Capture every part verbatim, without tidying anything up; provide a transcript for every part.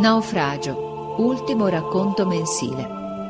Naufragio, ultimo racconto mensile.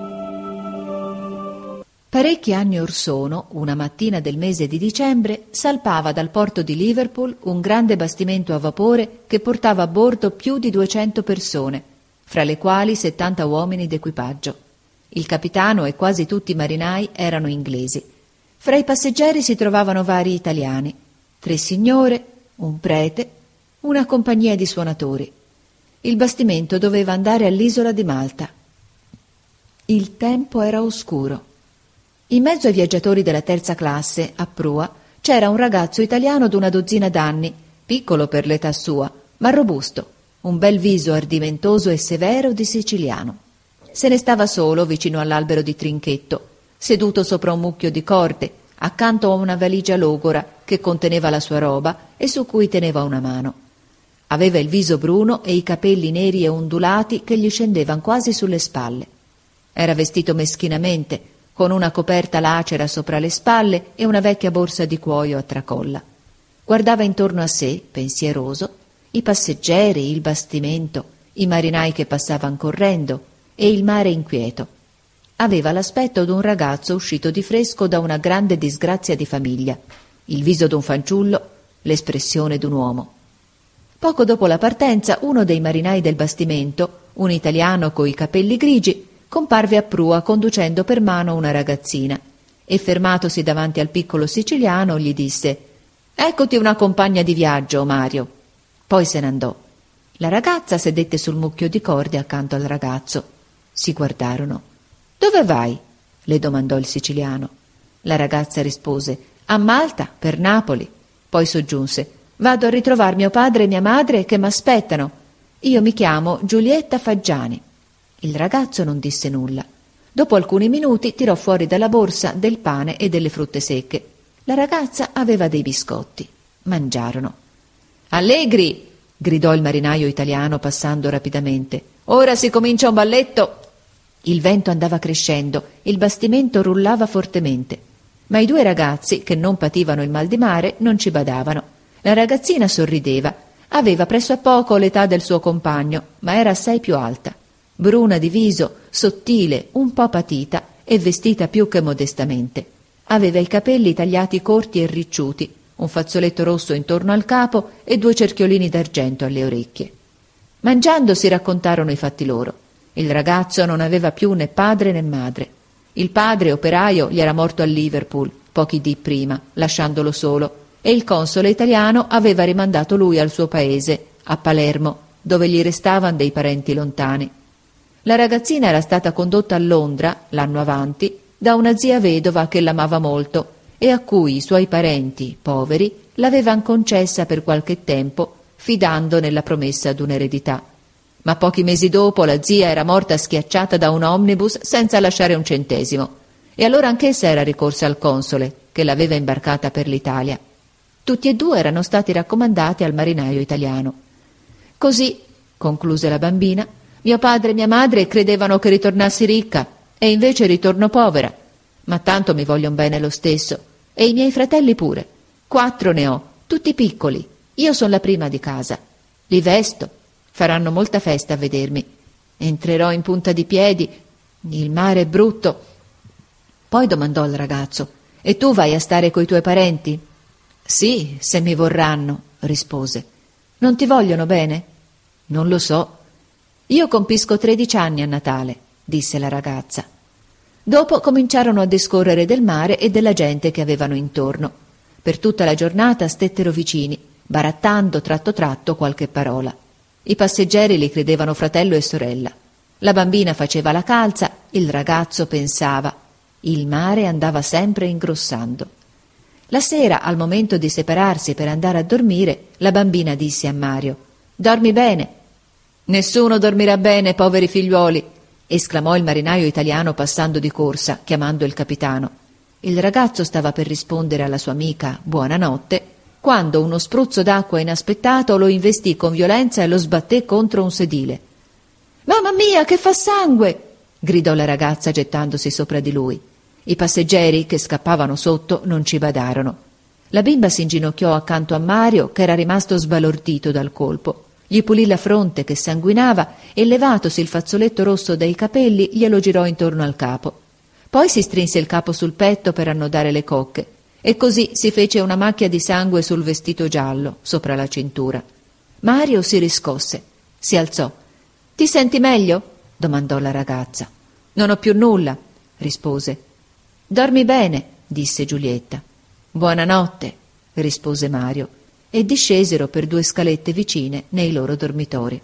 Parecchi anni or sono, una mattina del mese di dicembre, salpava dal porto di Liverpool un grande bastimento a vapore che portava a bordo più di duecento persone, fra le quali settanta uomini d'equipaggio. Il capitano e quasi tutti i marinai erano inglesi. Fra i passeggeri si trovavano vari italiani, tre signore, un prete, una compagnia di suonatori. Il bastimento doveva andare all'isola di Malta. Il tempo era oscuro. In mezzo ai viaggiatori della terza classe, a prua, c'era un ragazzo italiano d'una dozzina d'anni, piccolo per l'età sua, ma robusto, un bel viso ardimentoso e severo di siciliano. Se ne stava solo vicino all'albero di Trinchetto, seduto sopra un mucchio di corde, accanto a una valigia logora che conteneva la sua roba e su cui teneva una mano. Aveva il viso bruno e i capelli neri e ondulati che gli scendevano quasi sulle spalle. Era vestito meschinamente, con una coperta lacera sopra le spalle e una vecchia borsa di cuoio a tracolla. Guardava intorno a sé, pensieroso, i passeggeri, il bastimento, i marinai che passavano correndo e il mare inquieto. Aveva l'aspetto d'un ragazzo uscito di fresco da una grande disgrazia di famiglia, il viso d'un fanciullo, l'espressione d'un uomo. Poco dopo la partenza, uno dei marinai del bastimento, un italiano coi capelli grigi, comparve a prua conducendo per mano una ragazzina e, fermatosi davanti al piccolo siciliano, gli disse: «Eccoti una compagna di viaggio, Mario». Poi se ne andò. La ragazza sedette sul mucchio di corde accanto al ragazzo. Si guardarono. «Dove vai?» le domandò il siciliano. La ragazza rispose: «A Malta, per Napoli». Poi soggiunse: «Vado a ritrovar mio padre e mia madre che m'aspettano. Io mi chiamo Giulietta Faggiani». Il ragazzo non disse nulla. Dopo alcuni minuti tirò fuori dalla borsa del pane e delle frutte secche. La ragazza aveva dei biscotti. Mangiarono. «Allegri!» gridò il marinaio italiano passando rapidamente. «Ora si comincia un balletto!» Il vento andava crescendo, il bastimento rullava fortemente. Ma i due ragazzi, che non pativano il mal di mare, non ci badavano. La ragazzina sorrideva. Aveva presso a poco l'età del suo compagno, ma era assai più alta. Bruna di viso, sottile, un po' patita e vestita più che modestamente. Aveva i capelli tagliati corti e ricciuti, un fazzoletto rosso intorno al capo e due cerchiolini d'argento alle orecchie. Mangiando si raccontarono i fatti loro. Il ragazzo non aveva più né padre né madre. Il padre, operaio, gli era morto a Liverpool pochi dì prima, lasciandolo solo, e il console italiano aveva rimandato lui al suo paese, a Palermo, dove gli restavano dei parenti lontani. La ragazzina era stata condotta a Londra, l'anno avanti, da una zia vedova che l'amava molto e a cui i suoi parenti, poveri, l'avevano concessa per qualche tempo, fidando nella promessa d'un'eredità. Ma pochi mesi dopo la zia era morta schiacciata da un omnibus senza lasciare un centesimo, e allora anch'essa era ricorsa al console, che l'aveva imbarcata per l'Italia. Tutti e due erano stati raccomandati al marinaio italiano. «Così», concluse la bambina, «mio padre e mia madre credevano che ritornassi ricca, e invece ritorno povera. Ma tanto mi vogliono bene lo stesso, e i miei fratelli pure. Quattro ne ho, tutti piccoli. Io sono la prima di casa. Li vesto. Faranno molta festa a vedermi. Entrerò in punta di piedi. Il mare è brutto». Poi domandò al ragazzo: «E tu vai a stare coi tuoi parenti?» «Sì, se mi vorranno», rispose. «Non ti vogliono bene?» «Non lo so». «Io compisco tredici anni a Natale», disse la ragazza. Dopo cominciarono a discorrere del mare e della gente che avevano intorno. Per tutta la giornata stettero vicini, barattando tratto tratto qualche parola. I passeggeri li credevano fratello e sorella. La bambina faceva la calza, il ragazzo pensava. Il mare andava sempre ingrossando. La sera, al momento di separarsi per andare a dormire, la bambina disse a Mario: «Dormi bene». «Nessuno dormirà bene, poveri figliuoli», esclamò il marinaio italiano passando di corsa, chiamando il capitano. Il ragazzo stava per rispondere alla sua amica buonanotte, quando uno spruzzo d'acqua inaspettato lo investì con violenza e lo sbatté contro un sedile. «Mamma mia, che fa sangue!» gridò la ragazza gettandosi sopra di lui. I passeggeri, che scappavano sotto, non ci badarono. La bimba si inginocchiò accanto a Mario, che era rimasto sbalordito dal colpo. Gli pulì la fronte che sanguinava e, levatosi il fazzoletto rosso dai capelli, glielo girò intorno al capo. Poi si strinse il capo sul petto per annodare le cocche e così si fece una macchia di sangue sul vestito giallo sopra la cintura. Mario si riscosse, si alzò. «Ti senti meglio?» domandò la ragazza. «Non ho più nulla», rispose. «Dormi bene», disse Giulietta. «Buonanotte», rispose Mario, e discesero per due scalette vicine nei loro dormitori.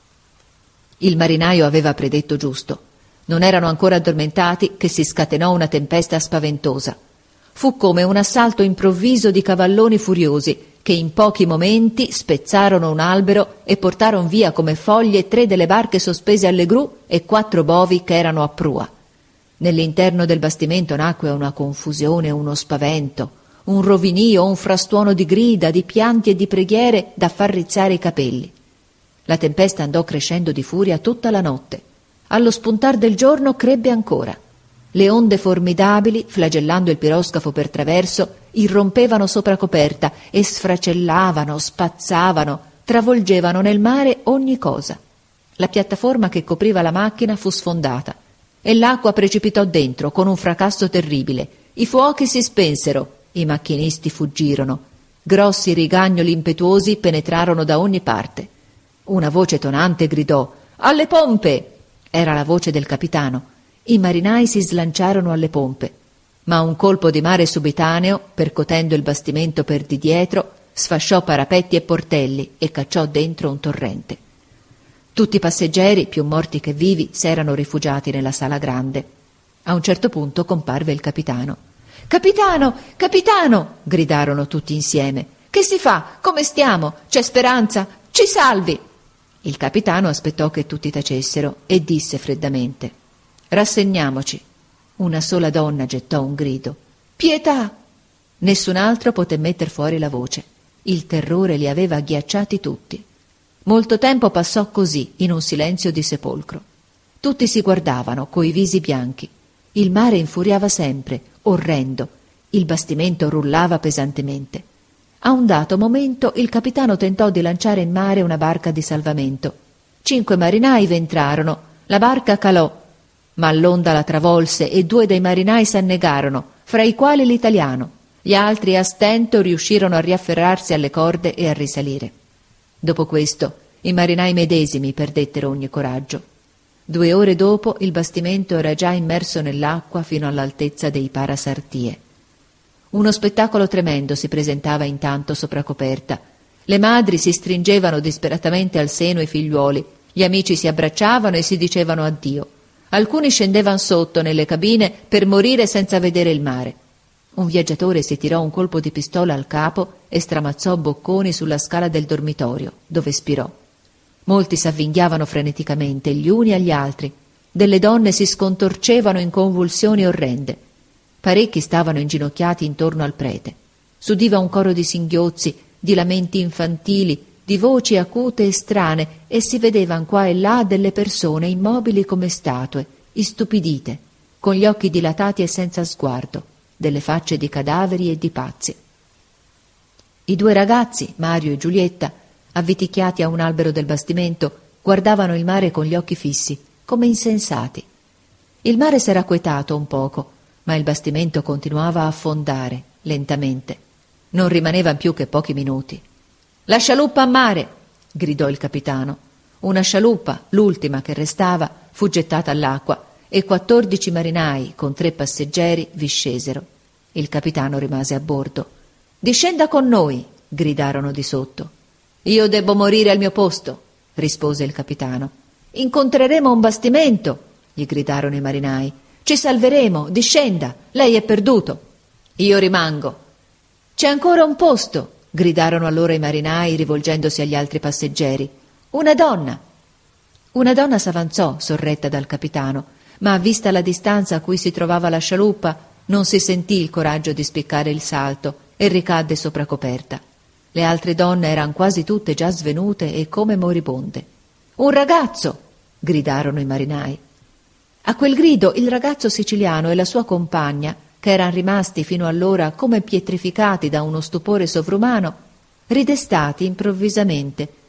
Il marinaio aveva predetto giusto. Non erano ancora addormentati che si scatenò una tempesta spaventosa. Fu come un assalto improvviso di cavalloni furiosi che in pochi momenti spezzarono un albero e portarono via come foglie tre delle barche sospese alle gru e quattro bovi che erano a prua. Nell'interno del bastimento nacque una confusione, uno spavento, un rovinio, un frastuono di grida, di pianti e di preghiere da far rizzare i capelli. La tempesta andò crescendo di furia tutta la notte. Allo spuntar del giorno crebbe ancora. Le onde formidabili, flagellando il piroscafo per traverso, irrompevano sopra coperta e sfracellavano, spazzavano, travolgevano nel mare ogni cosa. La piattaforma che copriva la macchina fu sfondata e l'acqua precipitò dentro con un fracasso terribile. I fuochi si spensero. I macchinisti fuggirono. Grossi rigagnoli impetuosi penetrarono da ogni parte. Una voce tonante gridò: «Alle pompe!» Era la voce del capitano. I marinai si slanciarono alle pompe, ma un colpo di mare subitaneo, percotendo il bastimento per di dietro, sfasciò parapetti e portelli e cacciò dentro un torrente. Tutti i passeggeri, più morti che vivi, s'erano rifugiati nella sala grande. A un certo punto comparve il capitano. «Capitano! Capitano!» gridarono tutti insieme. «Che si fa? Come stiamo? C'è speranza? Ci salvi!» Il capitano aspettò che tutti tacessero e disse freddamente: «Rassegniamoci». Una sola donna gettò un grido: «Pietà!» Nessun altro poté metter fuori la voce. Il terrore li aveva agghiacciati tutti. Molto tempo passò così, in un silenzio di sepolcro. Tutti si guardavano, coi visi bianchi. Il mare infuriava sempre, orrendo. Il bastimento rullava pesantemente. A un dato momento il capitano tentò di lanciare in mare una barca di salvamento. Cinque marinai v'entrarono. La barca calò, ma l'onda la travolse e due dei marinai s'annegarono, fra i quali l'italiano. Gli altri a stento riuscirono a riafferrarsi alle corde e a risalire. Dopo questo i marinai medesimi perdettero ogni coraggio. Due ore dopo il bastimento era già immerso nell'acqua fino all'altezza dei parasartie. Uno spettacolo tremendo si presentava intanto sopra coperta. Le madri si stringevano disperatamente al seno i figliuoli, gli amici si abbracciavano e si dicevano addio. Alcuni scendevano sotto nelle cabine per morire senza vedere il mare. Un viaggiatore si tirò un colpo di pistola al capo e stramazzò bocconi sulla scala del dormitorio, dove spirò. Molti s'avvinghiavano freneticamente gli uni agli altri. Delle donne si scontorcevano in convulsioni orrende. Parecchi stavano inginocchiati intorno al prete. S'udiva un coro di singhiozzi, di lamenti infantili, di voci acute e strane, e si vedevan qua e là delle persone immobili come statue, istupidite, con gli occhi dilatati e senza sguardo, delle facce di cadaveri e di pazzi. I due ragazzi, Mario e Giulietta, avviticchiati a un albero del bastimento, guardavano il mare con gli occhi fissi, come insensati. Il mare s'era quetato un poco, ma il bastimento continuava a affondare, lentamente. Non rimanevan più che pochi minuti. «La scialuppa a mare!» gridò il capitano. Una scialuppa, l'ultima che restava, fu gettata all'acqua e quattordici marinai con tre passeggeri vi scesero. Il capitano rimase a bordo. «Discenda con noi!» gridarono di sotto. «Io debbo morire al mio posto!» rispose il capitano. «Incontreremo un bastimento!» gli gridarono i marinai. «Ci salveremo! Discenda! Lei è perduto!» «Io rimango!» «C'è ancora un posto!» gridarono allora i marinai rivolgendosi agli altri passeggeri. «Una donna!» Una donna s'avanzò, sorretta dal capitano, ma vista la distanza a cui si trovava la scialuppa, non si sentì il coraggio di spiccare il salto e ricadde sopra coperta. Le altre donne eran quasi tutte già svenute e come moribonde. «Un ragazzo!» gridarono i marinai. A quel grido il ragazzo siciliano e la sua compagna, che eran rimasti fino allora come pietrificati da uno stupore sovrumano, ridestati improvvisamente,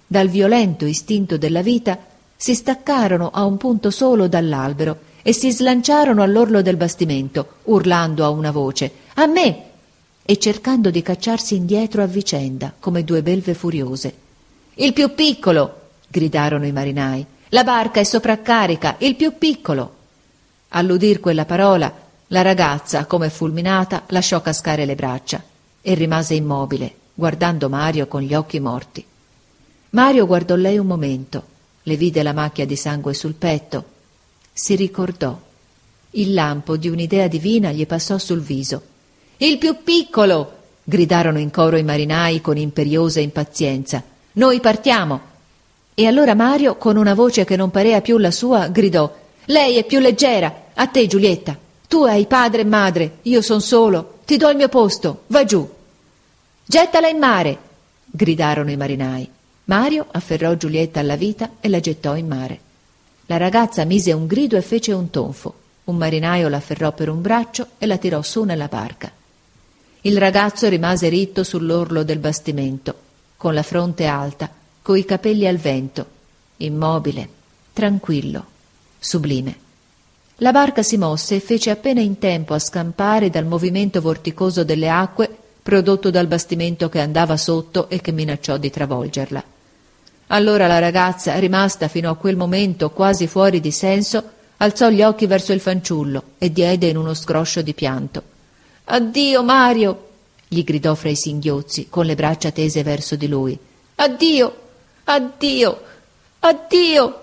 dal violento istinto della vita, si staccarono a un punto solo dall'albero e si slanciarono all'orlo del bastimento, urlando a una voce «A me!» e cercando di cacciarsi indietro a vicenda, come due belve furiose. «Il più piccolo!» gridarono i marinai. «La barca è sovraccarica! Il più piccolo!» All'udir quella parola, la ragazza, come fulminata, lasciò cascare le braccia e rimase immobile, guardando Mario con gli occhi morti. Mario guardò lei un momento, le vide la macchia di sangue sul petto, si ricordò. Il lampo di un'idea divina gli passò sul viso. «Il più piccolo!» gridarono in coro i marinai con imperiosa impazienza. «Noi partiamo!» E allora Mario, con una voce che non parea più la sua, gridò: «Lei è più leggera! A te, Giulietta! Tu hai padre e madre, io son solo, ti do il mio posto, va giù!» «Gettala in mare!» gridarono i marinai. Mario afferrò Giulietta alla vita e la gettò in mare. La ragazza mise un grido e fece un tonfo. Un marinaio l'afferrò per un braccio e la tirò su nella barca. Il ragazzo rimase ritto sull'orlo del bastimento, con la fronte alta, coi capelli al vento, immobile, tranquillo, sublime. La barca si mosse e fece appena in tempo a scampare dal movimento vorticoso delle acque prodotto dal bastimento che andava sotto e che minacciò di travolgerla. Allora la ragazza, rimasta fino a quel momento quasi fuori di senso, alzò gli occhi verso il fanciullo e diede in uno scroscio di pianto. «Addio, Mario!» gli gridò fra i singhiozzi, con le braccia tese verso di lui. «Addio! Addio! Addio!»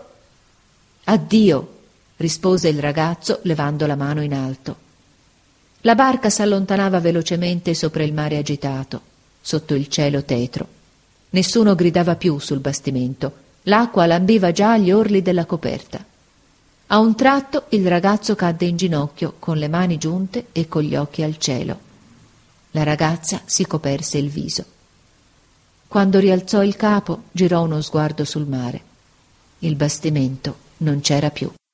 «Addio!» rispose il ragazzo levando la mano in alto. La barca s'allontanava velocemente sopra il mare agitato, sotto il cielo tetro. Nessuno gridava più sul bastimento, l'acqua lambiva già gli orli della coperta. A un tratto il ragazzo cadde in ginocchio con le mani giunte e con gli occhi al cielo. La ragazza si coperse il viso. Quando rialzò il capo, girò uno sguardo sul mare. Il bastimento non c'era più.